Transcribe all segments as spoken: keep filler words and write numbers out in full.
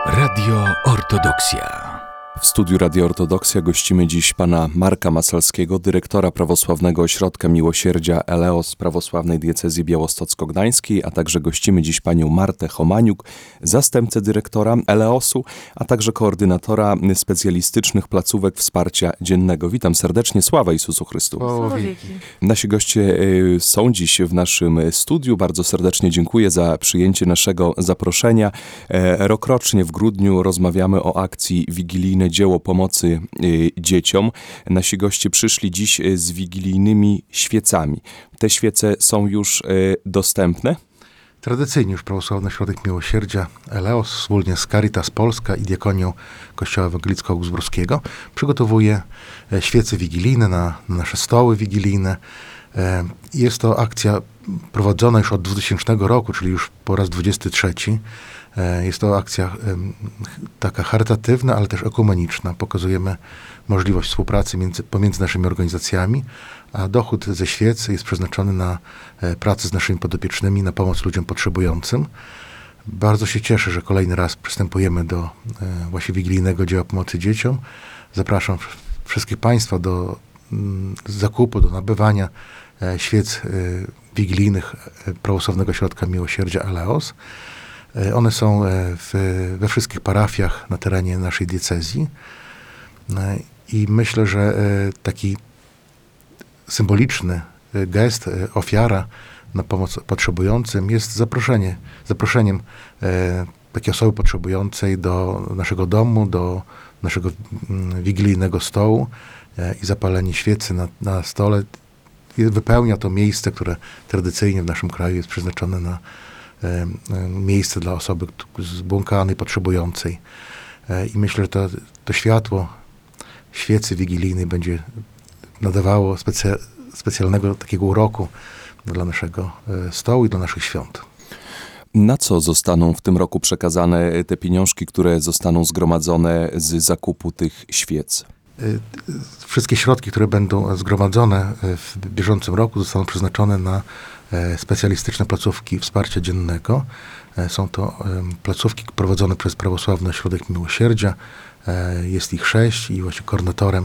Radio Ortodoksja. W studiu Radio Ortodoksja gościmy dziś pana Marka Masalskiego, dyrektora Prawosławnego Ośrodka Miłosierdzia Eleos Prawosławnej Diecezji Białostocko-Gdańskiej, a także gościmy dziś panią Martę Chomaniuk, zastępcę dyrektora Eleosu, a także koordynatora specjalistycznych placówek wsparcia dziennego. Witam serdecznie, sława Jezusu Chrystu. Sława wieki. Nasi goście są dziś w naszym studiu. Bardzo serdecznie dziękuję za przyjęcie naszego zaproszenia. Rokrocznie w grudniu rozmawiamy o akcji wigilijnej Dzieło Pomocy y, Dzieciom. Nasi goście przyszli dziś y, z wigilijnymi świecami. Te świece są już y, dostępne? Tradycyjnie już Prawosławny Ośrodek Miłosierdzia Eleos wspólnie z Caritas Polska i Diakonią Kościoła Ewangelicko-Augsburskiego przygotowuje e, świece wigilijne na, na nasze stoły wigilijne. E, jest to akcja prowadzona już od dwutysięcznego roku, czyli już po raz dwudziesty trzeci. Jest to akcja taka charytatywna, ale też ekumeniczna. Pokazujemy możliwość współpracy między, pomiędzy naszymi organizacjami, a dochód ze świec jest przeznaczony na pracę z naszymi podopiecznymi, na pomoc ludziom potrzebującym. Bardzo się cieszę, że kolejny raz przystępujemy do właśnie wigilijnego dzieła pomocy dzieciom. Zapraszam wszystkich państwa do zakupu, do nabywania świec wigilijnych Prawosławnego Ośrodka Miłosierdzia Eleos. One są w, we wszystkich parafiach na terenie naszej diecezji i myślę, że taki symboliczny gest, ofiara na pomoc potrzebującym jest zaproszenie, zaproszeniem takiej osoby potrzebującej do naszego domu, do naszego wigilijnego stołu i zapalenie świecy na, na stole wypełnia to miejsce, które tradycyjnie w naszym kraju jest przeznaczone na miejsce dla osoby zbłąkanej, potrzebującej. I myślę, że to, to światło świecy wigilijnej będzie nadawało specja, specjalnego takiego uroku dla naszego stołu i dla naszych świąt. Na co zostaną w tym roku przekazane te pieniążki, które zostaną zgromadzone z zakupu tych świec? Wszystkie środki, które będą zgromadzone w bieżącym roku, zostaną przeznaczone na specjalistyczne placówki wsparcia dziennego. Są to placówki prowadzone przez Prawosławny Ośrodek Miłosierdzia. Jest ich sześć i właśnie koordynatorem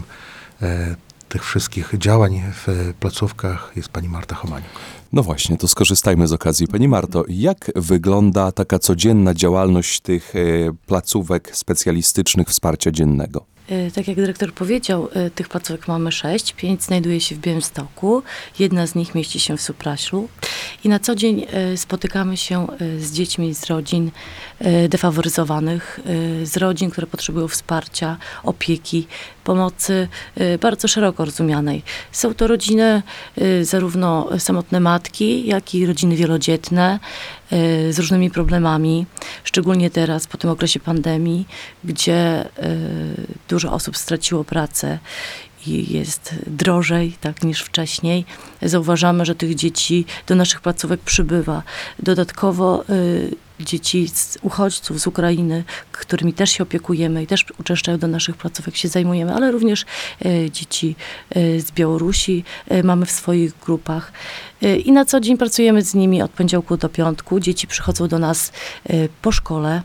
tych wszystkich działań w placówkach jest pani Marta Chomaniuk. No właśnie, to skorzystajmy z okazji. Pani Marto, jak wygląda taka codzienna działalność tych placówek specjalistycznych wsparcia dziennego? Tak jak dyrektor powiedział, tych placówek mamy sześć. Pięć znajduje się w Białymstoku, jedna z nich mieści się w Supraślu. I na co dzień spotykamy się z dziećmi z rodzin defaworyzowanych, z rodzin, które potrzebują wsparcia, opieki, pomocy bardzo szeroko rozumianej. Są to rodziny zarówno samotne matki, jak i rodziny wielodzietne z różnymi problemami, szczególnie teraz po tym okresie pandemii, gdzie dużo osób straciło pracę i jest drożej tak niż wcześniej. Zauważamy, że tych dzieci do naszych placówek przybywa. Dodatkowo y, dzieci z uchodźców z Ukrainy, którymi też się opiekujemy i też uczęszczają do naszych placówek, się zajmujemy, ale również y, dzieci y, z Białorusi y, mamy w swoich grupach. Y, I na co dzień pracujemy z nimi od poniedziałku do piątku. Dzieci przychodzą do nas y, po szkole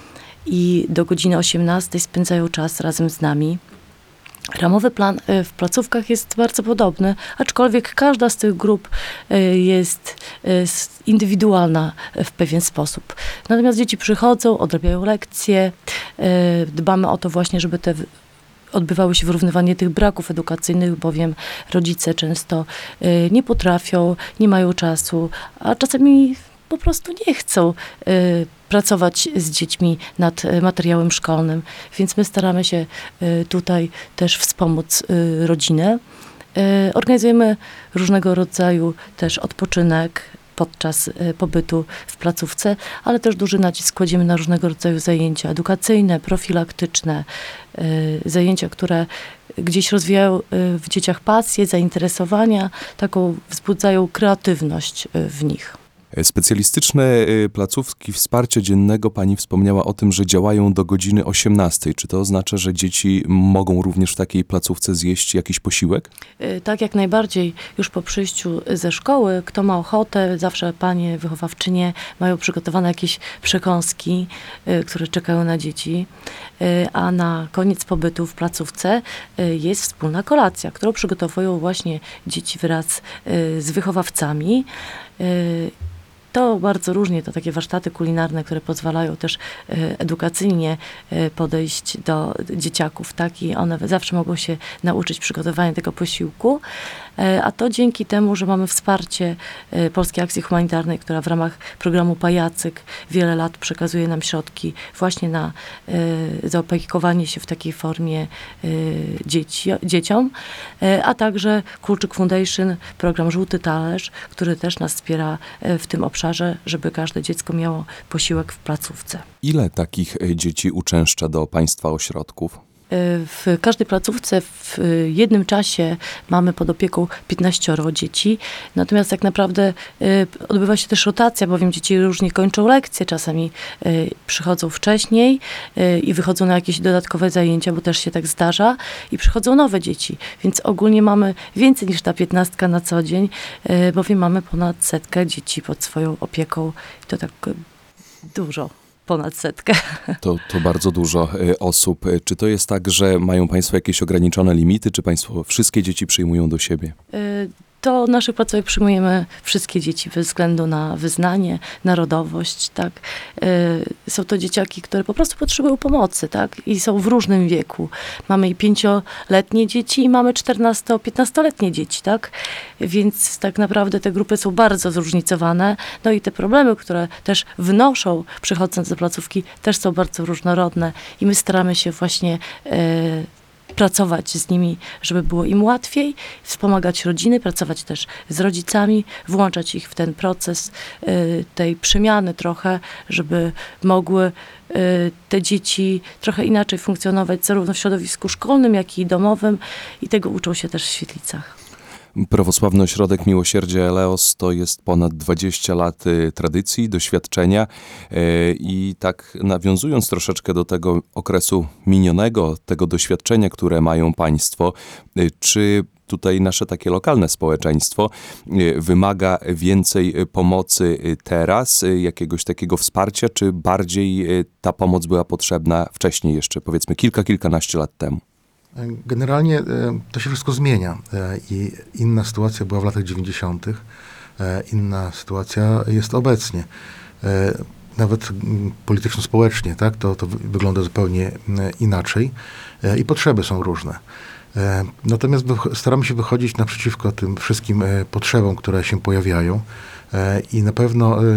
i do godziny osiemnastej spędzają czas razem z nami. Ramowy plan w placówkach jest bardzo podobny, aczkolwiek każda z tych grup jest indywidualna w pewien sposób. Natomiast dzieci przychodzą, odrabiają lekcje, dbamy o to właśnie, żeby te odbywały się wyrównywanie tych braków edukacyjnych, bowiem rodzice często nie potrafią, nie mają czasu, a czasami po prostu nie chcą y, pracować z dziećmi nad y, materiałem szkolnym, więc my staramy się y, tutaj też wspomóc y, rodzinę. Y, organizujemy różnego rodzaju też odpoczynek podczas y, pobytu w placówce, ale też duży nacisk kładziemy na różnego rodzaju zajęcia edukacyjne, profilaktyczne, y, zajęcia, które gdzieś rozwijają y, w dzieciach pasję, zainteresowania, taką wzbudzają kreatywność y, w nich. Specjalistyczne y, placówki wsparcia dziennego, pani wspomniała o tym, że działają do godziny osiemnastej. Czy to oznacza, że dzieci mogą również w takiej placówce zjeść jakiś posiłek? Y, Tak, jak najbardziej. Już po przyjściu ze szkoły, kto ma ochotę, zawsze panie wychowawczynie mają przygotowane jakieś przekąski, y, które czekają na dzieci, y, a na koniec pobytu w placówce y, jest wspólna kolacja, którą przygotowują właśnie dzieci wraz y, z wychowawcami. Y, To bardzo różnie, to takie warsztaty kulinarne, które pozwalają też e, edukacyjnie e, podejść do dzieciaków, tak? I one zawsze mogą się nauczyć przygotowania tego posiłku. E, A to dzięki temu, że mamy wsparcie e, Polskiej Akcji Humanitarnej, która w ramach programu Pajacyk wiele lat przekazuje nam środki właśnie na e, zaopiekowanie się w takiej formie e, dzieci, dzieciom, e, a także Kulczyk Foundation, program Żółty Talerz, który też nas wspiera e, w tym obszarze, żeby każde dziecko miało posiłek w placówce. Ile takich y, dzieci uczęszcza do państwa ośrodków? W każdej placówce w jednym czasie mamy pod opieką piętnaścioro dzieci, natomiast tak naprawdę y, odbywa się też rotacja, bowiem dzieci różnie kończą lekcje, czasami y, przychodzą wcześniej y, i wychodzą na jakieś dodatkowe zajęcia, bo też się tak zdarza, i przychodzą nowe dzieci, więc ogólnie mamy więcej niż ta piętnastka na co dzień, y, bowiem mamy ponad setkę dzieci pod swoją opieką i to tak y, dużo. Ponad setkę. To, to bardzo dużo y, osób. Y, Czy to jest tak, że mają państwo jakieś ograniczone limity, czy państwo wszystkie dzieci przyjmują do siebie? Y, Do naszych placówek przyjmujemy wszystkie dzieci bez względu na wyznanie, narodowość, tak. Y, Są to dzieciaki, które po prostu potrzebują pomocy, tak, i są w różnym wieku. Mamy i pięcioletnie dzieci i mamy czternasto-piętnastoletnie dzieci, tak, więc tak naprawdę te grupy są bardzo zróżnicowane, no i te problemy, które też wnoszą, przychodząc do placówki, też są bardzo różnorodne i my staramy się właśnie y, pracować z nimi, żeby było im łatwiej, wspomagać rodziny, pracować też z rodzicami, włączać ich w ten proces y, tej przemiany trochę, żeby mogły y, te dzieci trochę inaczej funkcjonować zarówno w środowisku szkolnym, jak i domowym, i tego uczą się też w Świetlicach. Prawosławny Ośrodek Miłosierdzia Eleos to jest ponad dwadzieścia lat y, tradycji, doświadczenia y, i tak nawiązując troszeczkę do tego okresu minionego, tego doświadczenia, które mają państwo, y, czy tutaj nasze takie lokalne społeczeństwo y, wymaga więcej y, pomocy y, teraz, y, jakiegoś takiego wsparcia, czy bardziej y, ta pomoc była potrzebna wcześniej jeszcze, powiedzmy kilka, kilkanaście lat temu? Generalnie e, to się wszystko zmienia e, i inna sytuacja była w latach dziewięćdziesiątych. E, inna sytuacja jest obecnie. E, nawet mm, polityczno-społecznie, tak, to, to wy- wygląda zupełnie mm, inaczej e, i potrzeby są różne. E, Natomiast wych- staramy się wychodzić naprzeciwko tym wszystkim e, potrzebom, które się pojawiają e, i na pewno e,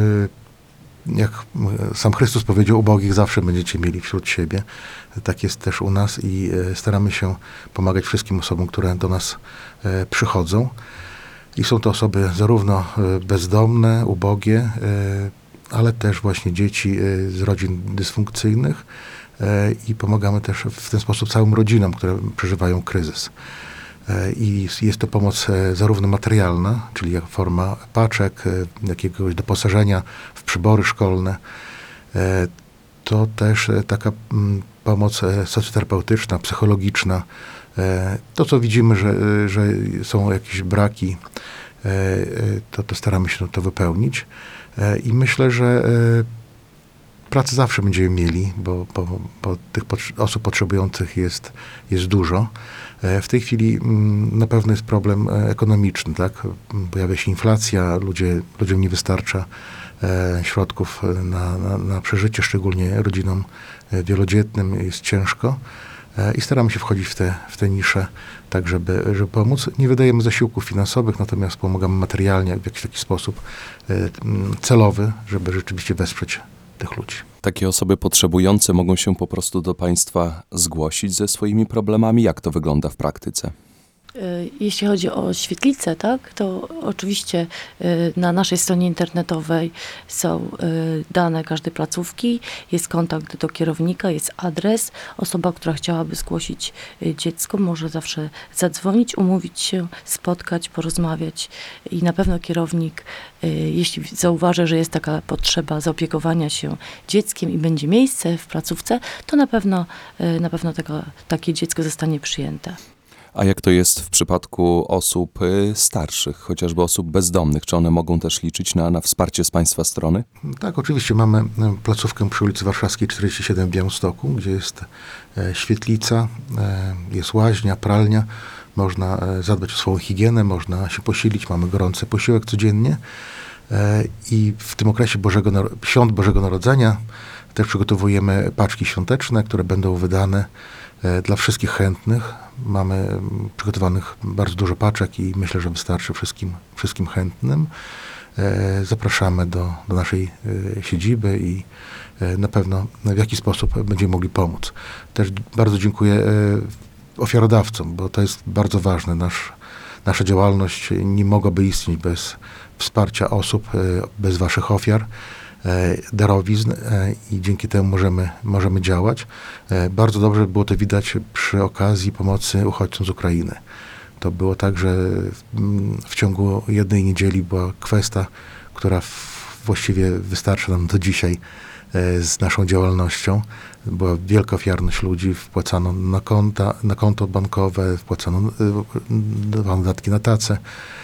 jak e, sam Chrystus powiedział, ubogich zawsze będziecie mieli wśród siebie. Tak jest też u nas i e, staramy się pomagać wszystkim osobom, które do nas e, przychodzą. I są to osoby zarówno e, bezdomne, ubogie, e, ale też właśnie dzieci e, z rodzin dysfunkcyjnych e, i pomagamy też w ten sposób całym rodzinom, które przeżywają kryzys. E, I jest to pomoc e, zarówno materialna, czyli jak forma paczek, e, jakiegoś doposażenia w przybory szkolne, e, to też e, taka mm, pomoc e, socjoterapeutyczna, psychologiczna. E, To, co widzimy, że, e, że są jakieś braki, e, e, to, to staramy się to wypełnić. E, I myślę, że e, pracy zawsze będziemy mieli, bo, bo, bo tych pot- osób potrzebujących jest, jest dużo. E, W tej chwili mm, na pewno jest problem e, ekonomiczny, tak? Pojawia się inflacja, ludzie, ludziom nie wystarcza e, środków e, na, na, na przeżycie, szczególnie rodzinom e, wielodzietnym jest ciężko. E, I staramy się wchodzić w te, w te nisze, tak żeby, żeby pomóc. Nie wydajemy zasiłków finansowych, natomiast pomagamy materialnie w jakiś taki sposób e, m, celowy, żeby rzeczywiście wesprzeć tych ludzi. Takie osoby potrzebujące mogą się po prostu do państwa zgłosić ze swoimi problemami? Jak to wygląda w praktyce? Jeśli chodzi o świetlicę, tak, to oczywiście na naszej stronie internetowej są dane każdej placówki, jest kontakt do kierownika, jest adres. Osoba, która chciałaby zgłosić dziecko, może zawsze zadzwonić, umówić się, spotkać, porozmawiać i na pewno kierownik, jeśli zauważy, że jest taka potrzeba zaopiekowania się dzieckiem i będzie miejsce w placówce, to na pewno, na pewno tego, takie dziecko zostanie przyjęte. A jak to jest w przypadku osób y, starszych, chociażby osób bezdomnych? Czy one mogą też liczyć na, na wsparcie z państwa strony? Tak, oczywiście mamy placówkę przy ulicy Warszawskiej czterdzieści siedem w Białymstoku, gdzie jest e, świetlica, e, jest łaźnia, pralnia. Można e, zadbać o swoją higienę, można się posilić, mamy gorący posiłek codziennie. E, I w tym okresie Bożego, Świąt Bożego Narodzenia też przygotowujemy paczki świąteczne, które będą wydane e, dla wszystkich chętnych. Mamy m, przygotowanych bardzo dużo paczek i myślę, że wystarczy wszystkim, wszystkim chętnym. E, zapraszamy do, do naszej e, siedziby i e, na pewno w jakiś sposób będziemy mogli pomóc. Też bardzo dziękuję e, ofiarodawcom, bo to jest bardzo ważne. Nasz, nasza działalność nie mogłaby istnieć bez wsparcia osób, e, bez waszych ofiar, e, darowizn e, i dzięki temu możemy, możemy działać. E, bardzo dobrze było to widać przy okazji pomocy uchodźcom z Ukrainy. To było tak, że mm, w ciągu jednej niedzieli była kwesta, która w, właściwie wystarcza nam do dzisiaj e, z naszą działalnością. Była wielka ofiarność ludzi, wpłacano na, konta, na konto bankowe, wpłacano e, dodatki na tacę.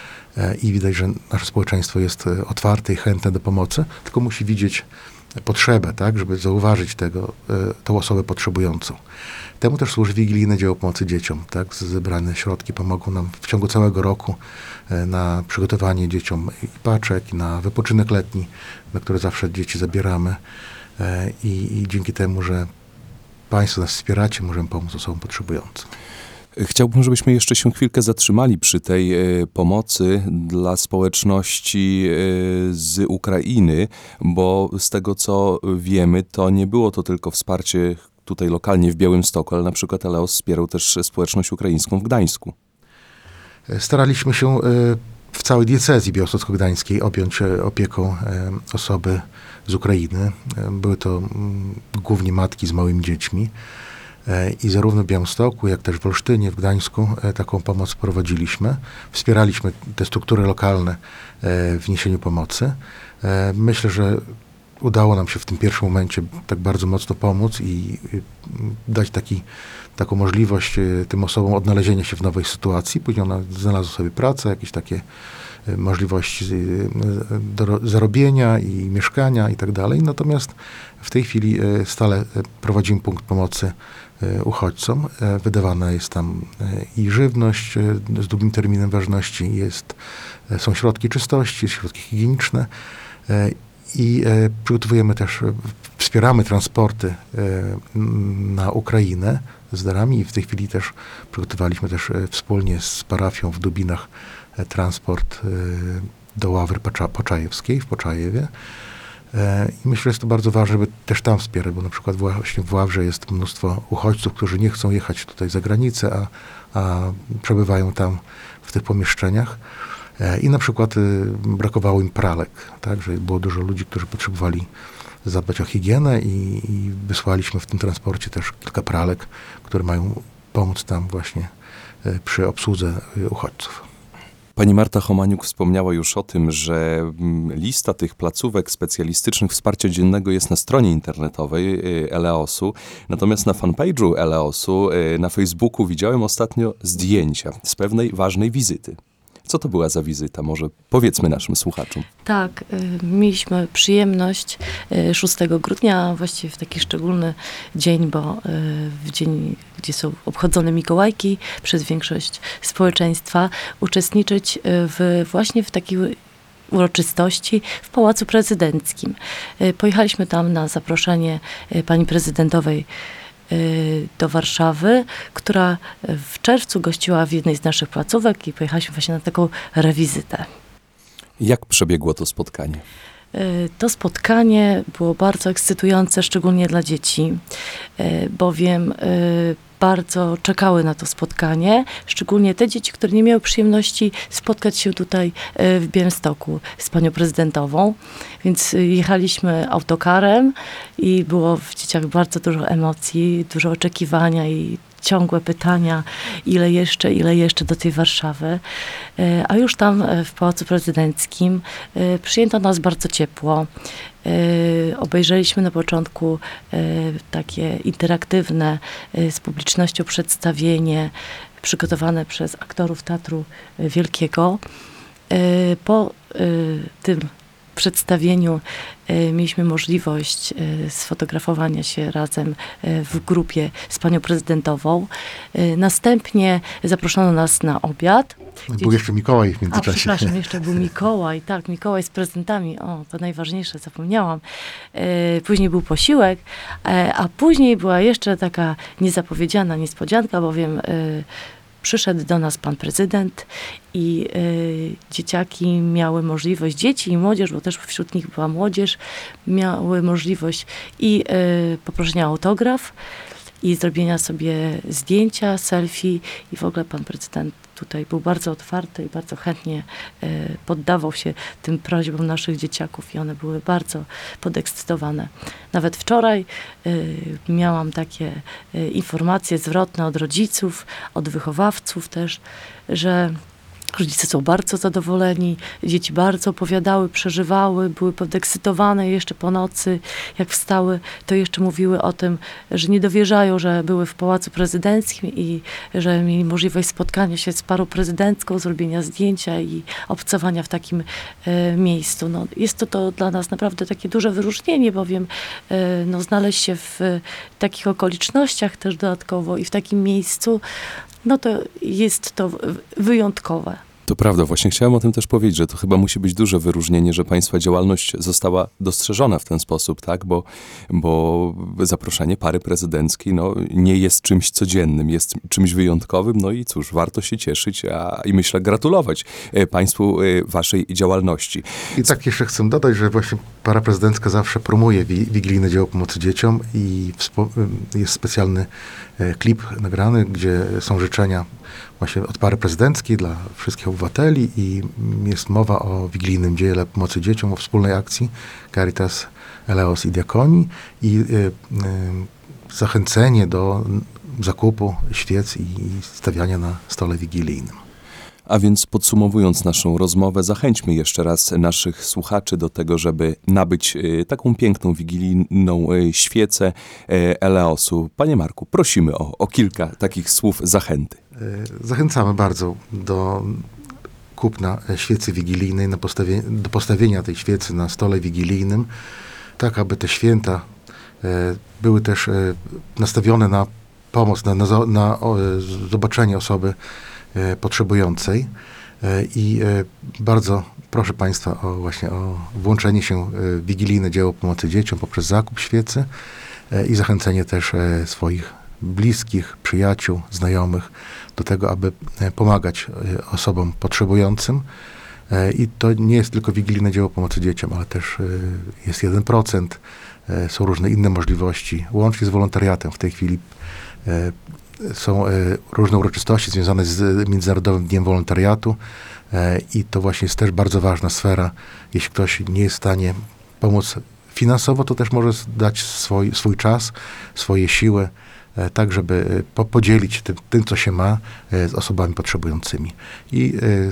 I widać, że nasze społeczeństwo jest otwarte i chętne do pomocy, tylko musi widzieć potrzebę, tak, żeby zauważyć tego, tą osobę potrzebującą. Temu też służy wigilijne dzieło pomocy dzieciom. Tak? Zebrane środki pomogą nam w ciągu całego roku na przygotowanie dzieciom i paczek, i na wypoczynek letni, na który zawsze dzieci zabieramy. I, i dzięki temu, że państwo nas wspieracie, możemy pomóc osobom potrzebującym. Chciałbym, żebyśmy jeszcze się chwilkę zatrzymali przy tej y, pomocy dla społeczności y, z Ukrainy, bo z tego co wiemy, to nie było to tylko wsparcie tutaj lokalnie w Białymstoku, ale na przykład Eleos wspierał też społeczność ukraińską w Gdańsku. Staraliśmy się y, w całej diecezji białostocko-gdańskiej objąć opieką y, osoby z Ukrainy. Były to y, głównie matki z małymi dziećmi. I zarówno w Białymstoku, jak też w Olsztynie, w Gdańsku taką pomoc prowadziliśmy. Wspieraliśmy te struktury lokalne w niesieniu pomocy. Myślę, że udało nam się w tym pierwszym momencie tak bardzo mocno pomóc i dać taki, taką możliwość tym osobom odnalezienia się w nowej sytuacji. Później one znalazły sobie pracę, jakieś takie możliwości do zarobienia i mieszkania i tak dalej. Natomiast w tej chwili stale prowadzimy punkt pomocy uchodźcom. Wydawana jest tam i żywność z długim terminem ważności, jest, są środki czystości, środki higieniczne i przygotowujemy też, wspieramy transporty na Ukrainę z darami i w tej chwili też przygotowaliśmy też wspólnie z parafią w Dubinach transport do Ławry Poczajewskiej w Poczajewie. I myślę, że jest to bardzo ważne, żeby też tam wspierać, bo na przykład właśnie w Ławrze jest mnóstwo uchodźców, którzy nie chcą jechać tutaj za granicę, a, a przebywają tam w tych pomieszczeniach. I na przykład brakowało im pralek, tak, że było dużo ludzi, którzy potrzebowali zadbać o higienę i, i wysłaliśmy w tym transporcie też kilka pralek, które mają pomóc tam właśnie przy obsłudze uchodźców. Pani Marta Chomaniuk wspomniała już o tym, że lista tych placówek specjalistycznych wsparcia dziennego jest na stronie internetowej Eleosu. Natomiast na fanpage'u Eleosu na Facebooku widziałem ostatnio zdjęcia z pewnej ważnej wizyty. Co to była za wizyta? Może powiedzmy naszym słuchaczom. Tak, y, mieliśmy przyjemność y, szóstego grudnia, właściwie w taki szczególny dzień, bo y, w dzień, gdzie są obchodzone Mikołajki przez większość społeczeństwa, uczestniczyć y, w, właśnie w takiej uroczystości w Pałacu Prezydenckim. Y, pojechaliśmy tam na zaproszenie y, pani prezydentowej do Warszawy, która w czerwcu gościła w jednej z naszych placówek i pojechaliśmy właśnie na taką rewizytę. Jak przebiegło to spotkanie? To spotkanie było bardzo ekscytujące, szczególnie dla dzieci, bowiem bardzo czekały na to spotkanie, szczególnie te dzieci, które nie miały przyjemności spotkać się tutaj e, w Białymstoku z panią prezydentową. Więc e, jechaliśmy autokarem i było w dzieciach bardzo dużo emocji, dużo oczekiwania i ciągłe pytania, ile jeszcze, ile jeszcze do tej Warszawy. E, A już tam e, w Pałacu Prezydenckim e, przyjęto nas bardzo ciepło. E, Obejrzeliśmy na początku e, takie interaktywne e, z publicznością przedstawienie przygotowane przez aktorów Teatru Wielkiego. E, Po e, tym przedstawieniu e, mieliśmy możliwość e, sfotografowania się razem e, w grupie z panią prezydentową. E, następnie zaproszono nas na obiad. Był jeszcze Mikołaj w A, międzyczasie. przepraszam, jeszcze był Mikołaj, tak, Mikołaj z prezentami, o, to najważniejsze, zapomniałam. E, później był posiłek, e, a później była jeszcze taka niezapowiedziana niespodzianka, bowiem e, przyszedł do nas pan prezydent i y, dzieciaki miały możliwość, dzieci i młodzież, bo też wśród nich była młodzież, miały możliwość i y, poproszenia o autograf, i zrobienia sobie zdjęcia, selfie i w ogóle pan prezydent tutaj był bardzo otwarty i bardzo chętnie e, poddawał się tym prośbom naszych dzieciaków i one były bardzo podekscytowane. Nawet wczoraj e, miałam takie e, informacje zwrotne od rodziców, od wychowawców też, że rodzice są bardzo zadowoleni, dzieci bardzo opowiadały, przeżywały, były podekscytowane jeszcze po nocy. Jak wstały, to jeszcze mówiły o tym, że nie dowierzają, że były w Pałacu Prezydenckim i że mieli możliwość spotkania się z parą prezydencką, zrobienia zdjęcia i obcowania w takim e, miejscu. No, jest to, to dla nas naprawdę takie duże wyróżnienie, bowiem e, no, znaleźć się w e, takich okolicznościach też dodatkowo i w takim miejscu, no to jest to wyjątkowe. To prawda, właśnie chciałem o tym też powiedzieć, że to chyba musi być duże wyróżnienie, że państwa działalność została dostrzeżona w ten sposób, tak? Bo, bo zaproszenie pary prezydenckiej no, nie jest czymś codziennym, jest czymś wyjątkowym, no i cóż, warto się cieszyć a, i myślę gratulować e, państwu e, waszej działalności. I tak jeszcze chcę dodać, że właśnie para prezydencka zawsze promuje wi- wigilijne dzieło pomocy dzieciom i wspo- jest specjalny e, klip nagrany, gdzie są życzenia właśnie od pary prezydenckiej dla wszystkich obywateli i jest mowa o wigilijnym dziele pomocy dzieciom, o wspólnej akcji Caritas, Eleos i Diakonii i y, y, zachęcenie do zakupu świec i stawiania na stole wigilijnym. A więc podsumowując naszą rozmowę, zachęćmy jeszcze raz naszych słuchaczy do tego, żeby nabyć e, taką piękną wigilijną e, świecę e, Eleosu. Panie Marku, prosimy o, o kilka takich słów zachęty. Y, Zachęcamy bardzo do kupna świecy wigilijnej, na postawie, do postawienia tej świecy na stole wigilijnym, tak aby te święta y, były też y, nastawione na pomoc, na, na, na o, zobaczenie osoby e, potrzebującej. E, I e, bardzo proszę Państwa o właśnie o włączenie się w wigilijne dzieło pomocy dzieciom poprzez zakup świecy e, i zachęcenie też e, swoich bliskich, przyjaciół, znajomych do tego, aby e, pomagać e, osobom potrzebującym. E, I to nie jest tylko wigilijne dzieło pomocy dzieciom, ale też e, jest jeden procent. E, są różne inne możliwości, łącznie z wolontariatem. W tej chwili e, są e, różne uroczystości związane z Międzynarodowym Dniem Wolontariatu e, i to właśnie jest też bardzo ważna sfera. Jeśli ktoś nie jest w stanie pomóc finansowo, to też może dać swój, swój czas, swoje siły, e, tak żeby po, podzielić tym, tym, co się ma e, z osobami potrzebującymi. I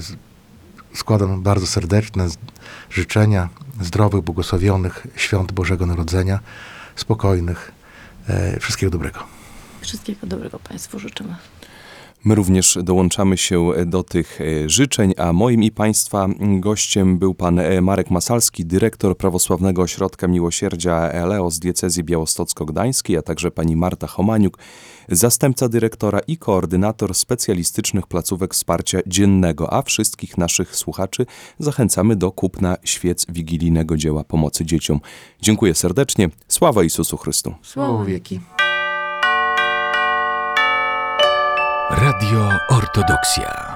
e, składam bardzo serdeczne życzenia zdrowych, błogosławionych świąt Bożego Narodzenia, spokojnych, e, wszystkiego dobrego. Wszystkiego dobrego Państwu życzymy. My również dołączamy się do tych życzeń, a moim i Państwa gościem był pan Marek Masalski, dyrektor Prawosławnego Ośrodka Miłosierdzia Eleos Diecezji Białostocko-Gdańskiej, a także pani Marta Chomaniuk, zastępca dyrektora i koordynator specjalistycznych placówek wsparcia dziennego, a wszystkich naszych słuchaczy zachęcamy do kupna świec wigilijnego dzieła pomocy dzieciom. Dziękuję serdecznie. Sława Jezusu Chrystu. Sława wieki. Radio Ortodoksja.